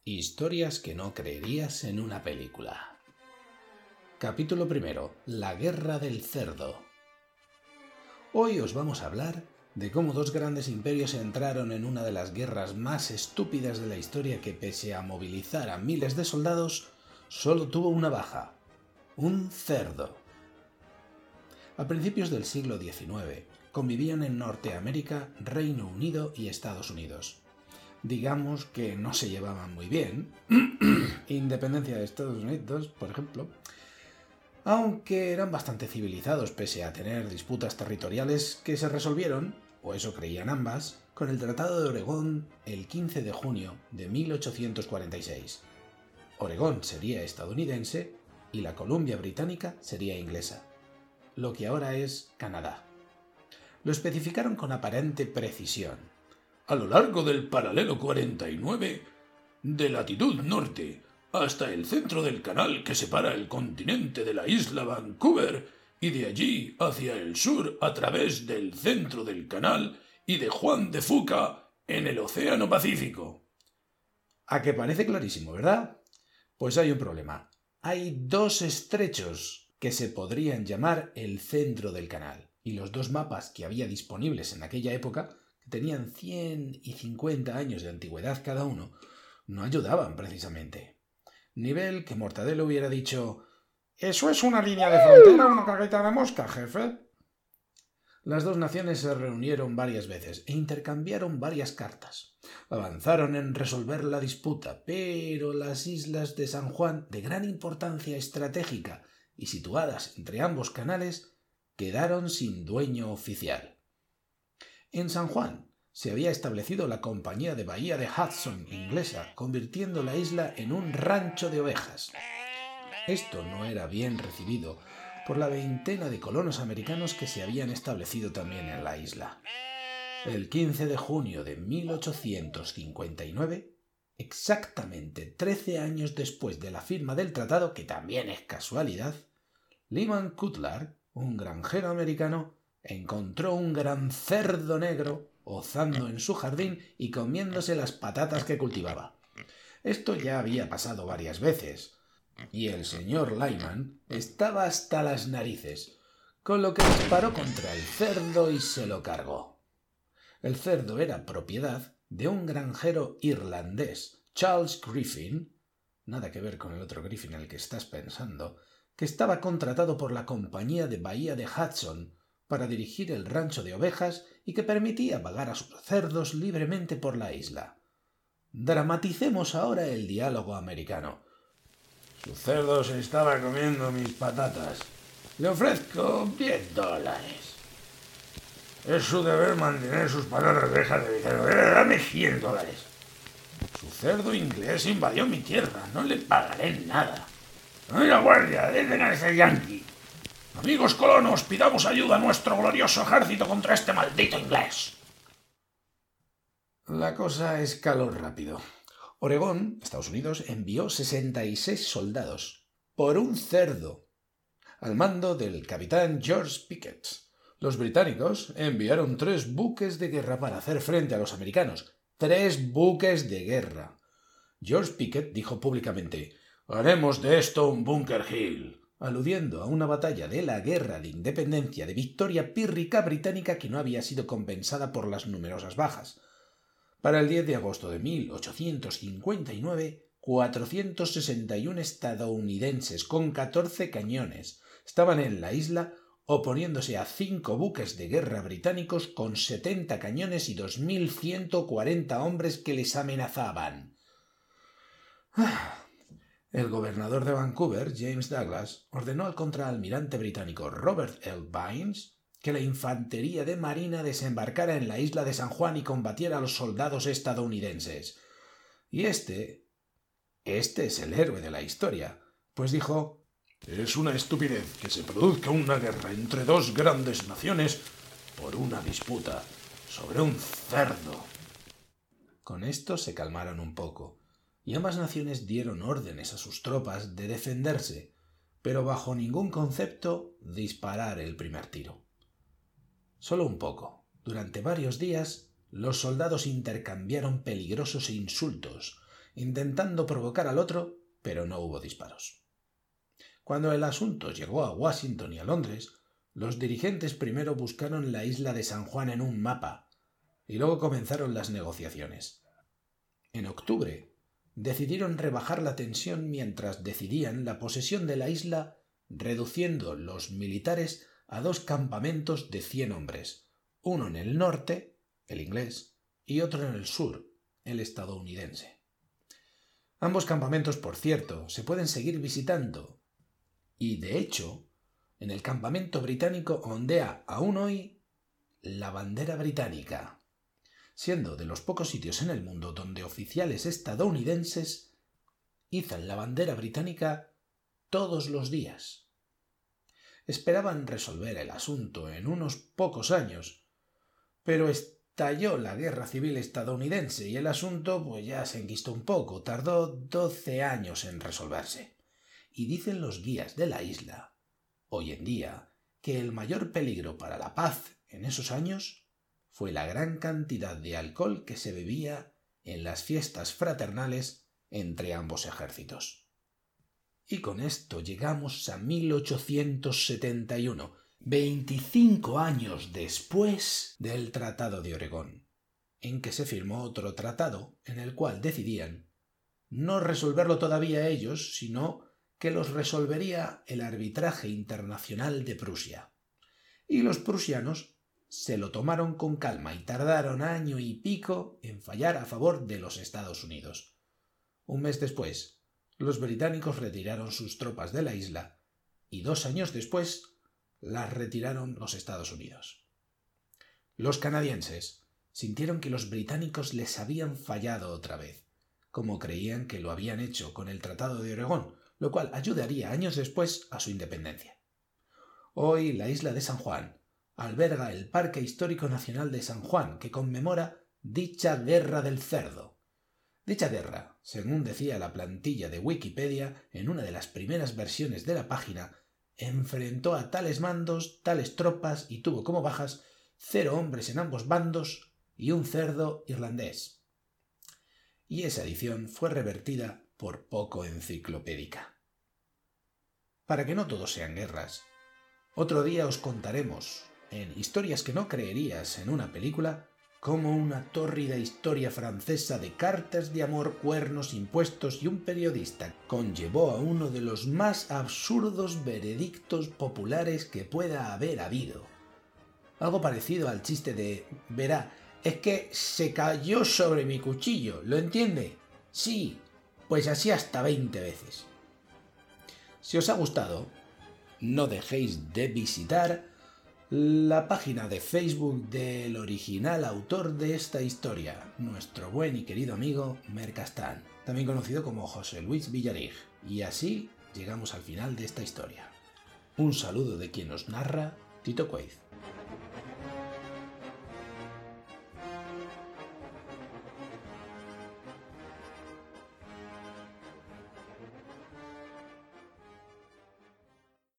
Historias que no creerías en una película. Capítulo 1. La Guerra del Cerdo. Hoy os vamos a hablar de cómo dos grandes imperios entraron en una de las guerras más estúpidas de la historia que, pese a movilizar a miles de soldados, solo tuvo una baja: un cerdo. A principios del siglo XIX convivían en Norteamérica Reino Unido y Estados Unidos. Digamos que no se llevaban muy bien, independencia de Estados Unidos, por ejemplo, aunque eran bastante civilizados pese a tener disputas territoriales que se resolvieron, o eso creían ambas, con el Tratado de Oregón el 15 de junio de 1846. Oregón sería estadounidense y la Columbia Británica sería inglesa, lo que ahora es Canadá. Lo especificaron con aparente precisión. A lo largo del paralelo 49 de latitud norte hasta el centro del canal que separa el continente de la isla Vancouver y de allí hacia el sur a través del centro del canal y de Juan de Fuca en el Océano Pacífico. ¿A que parece clarísimo, verdad? Pues hay un problema. Hay dos estrechos que se podrían llamar el centro del canal, y los dos mapas que había disponibles en aquella época, que tenían 100 y 50 años de antigüedad cada uno, no ayudaban precisamente. Nivel que Mortadelo hubiera dicho: «¿Eso es una línea de frontera o una carreta de mosca, jefe?» Las dos naciones se reunieron varias veces e intercambiaron varias cartas. Avanzaron en resolver la disputa, pero las islas de San Juan, de gran importancia estratégica y situadas entre ambos canales, quedaron sin dueño oficial. En San Juan se había establecido la Compañía de Bahía de Hudson inglesa, convirtiendo la isla en un rancho de ovejas. Esto no era bien recibido por la veintena de colonos americanos que se habían establecido también en la isla. El 15 de junio de 1859, exactamente 13 años después de la firma del tratado, que también es casualidad, Lyman Cutler, un granjero americano, encontró un gran cerdo negro ozando en su jardín y comiéndose las patatas que cultivaba. Esto ya había pasado varias veces, y el señor Lyman estaba hasta las narices, con lo que disparó contra el cerdo y se lo cargó. El cerdo era propiedad de un granjero irlandés, Charles Griffin, nada que ver con el otro Griffin en el que estás pensando, que estaba contratado por la Compañía de Bahía de Hudson para dirigir el rancho de ovejas y que permitía vagar a sus cerdos libremente por la isla. Dramaticemos ahora el diálogo americano. «Su cerdo se estaba comiendo mis patatas. Le ofrezco $10. Es su deber mantener sus patatas lejos de mi cerdo. Dame $100. Su cerdo inglés invadió mi tierra. No le pagaré nada. ¡Ay, la guardia! ¡Dejen a ese yanqui! Amigos colonos, pidamos ayuda a nuestro glorioso ejército contra este maldito inglés». La cosa escaló rápido. Oregón, Estados Unidos, envió 66 soldados por un cerdo, al mando del capitán George Pickett. Los británicos enviaron 3 buques de guerra para hacer frente a los americanos. 3 buques de guerra. George Pickett dijo públicamente: «Haremos de esto un Bunker Hill», aludiendo a una batalla de la Guerra de Independencia de victoria pírrica británica que no había sido compensada por las numerosas bajas. Para el 10 de agosto de 1859, 461 estadounidenses con 14 cañones estaban en la isla oponiéndose a 5 buques de guerra británicos con 70 cañones y 2.140 hombres que les amenazaban. El gobernador de Vancouver, James Douglas, ordenó al contraalmirante británico Robert L. Bynes que la infantería de marina desembarcara en la isla de San Juan y combatiera a los soldados estadounidenses. Y este es el héroe de la historia, pues dijo: «Es una estupidez que se produzca una guerra entre dos grandes naciones por una disputa sobre un cerdo». Con esto se calmaron un poco, y ambas naciones dieron órdenes a sus tropas de defenderse, pero bajo ningún concepto disparar el primer tiro. Solo un poco. Durante varios días, los soldados intercambiaron peligrosos insultos intentando provocar al otro, pero no hubo disparos. Cuando el asunto llegó a Washington y a Londres, los dirigentes primero buscaron la isla de San Juan en un mapa y luego comenzaron las negociaciones. En octubre, decidieron rebajar la tensión mientras decidían la posesión de la isla, reduciendo los militares a 2 campamentos de 100 hombres, uno en el norte, el inglés, y otro en el sur, el estadounidense. Ambos campamentos, por cierto, se pueden seguir visitando, y de hecho, en el campamento británico ondea aún hoy la bandera británica, siendo de los pocos sitios en el mundo donde oficiales estadounidenses izan la bandera británica todos los días. Esperaban resolver el asunto en unos pocos años, pero estalló la guerra civil estadounidense y el asunto pues ya se enquistó un poco, tardó 12 años en resolverse. Y dicen los guías de la isla, hoy en día, que el mayor peligro para la paz en esos años fue la gran cantidad de alcohol que se bebía en las fiestas fraternales entre ambos ejércitos. Y con esto llegamos a 1871, 25 años después del Tratado de Oregón, en que se firmó otro tratado en el cual decidían no resolverlo todavía ellos, sino que los resolvería el arbitraje internacional de Prusia. Y los prusianos se lo tomaron con calma y tardaron año y pico en fallar a favor de los Estados Unidos. Un mes después, los británicos retiraron sus tropas de la isla y 2 años después las retiraron los Estados Unidos. Los canadienses sintieron que los británicos les habían fallado otra vez, como creían que lo habían hecho con el Tratado de Oregón, lo cual ayudaría años después a su independencia. Hoy la isla de San Juan alberga el Parque Histórico Nacional de San Juan, que conmemora dicha guerra del cerdo. Dicha guerra, según decía la plantilla de Wikipedia en una de las primeras versiones de la página, enfrentó a tales mandos, tales tropas y tuvo como bajas 0 hombres en ambos bandos y un cerdo irlandés. Y esa edición fue revertida por poco enciclopédica. Para que no todos sean guerras, otro día os contaremos, en Historias que no creerías en una película, cómo una tórrida historia francesa de cartas de amor, cuernos, impuestos y un periodista conllevó a uno de los más absurdos veredictos populares que pueda haber habido. Algo parecido al chiste de, verá, es que se cayó sobre mi cuchillo, ¿lo entiende? Sí, pues así hasta 20 veces. Si os ha gustado, no dejéis de visitar la página de Facebook del original autor de esta historia, nuestro buen y querido amigo Mercastán, también conocido como José Luis Villarig. Y así llegamos al final de esta historia. Un saludo de quien os narra, Tito Cueiz.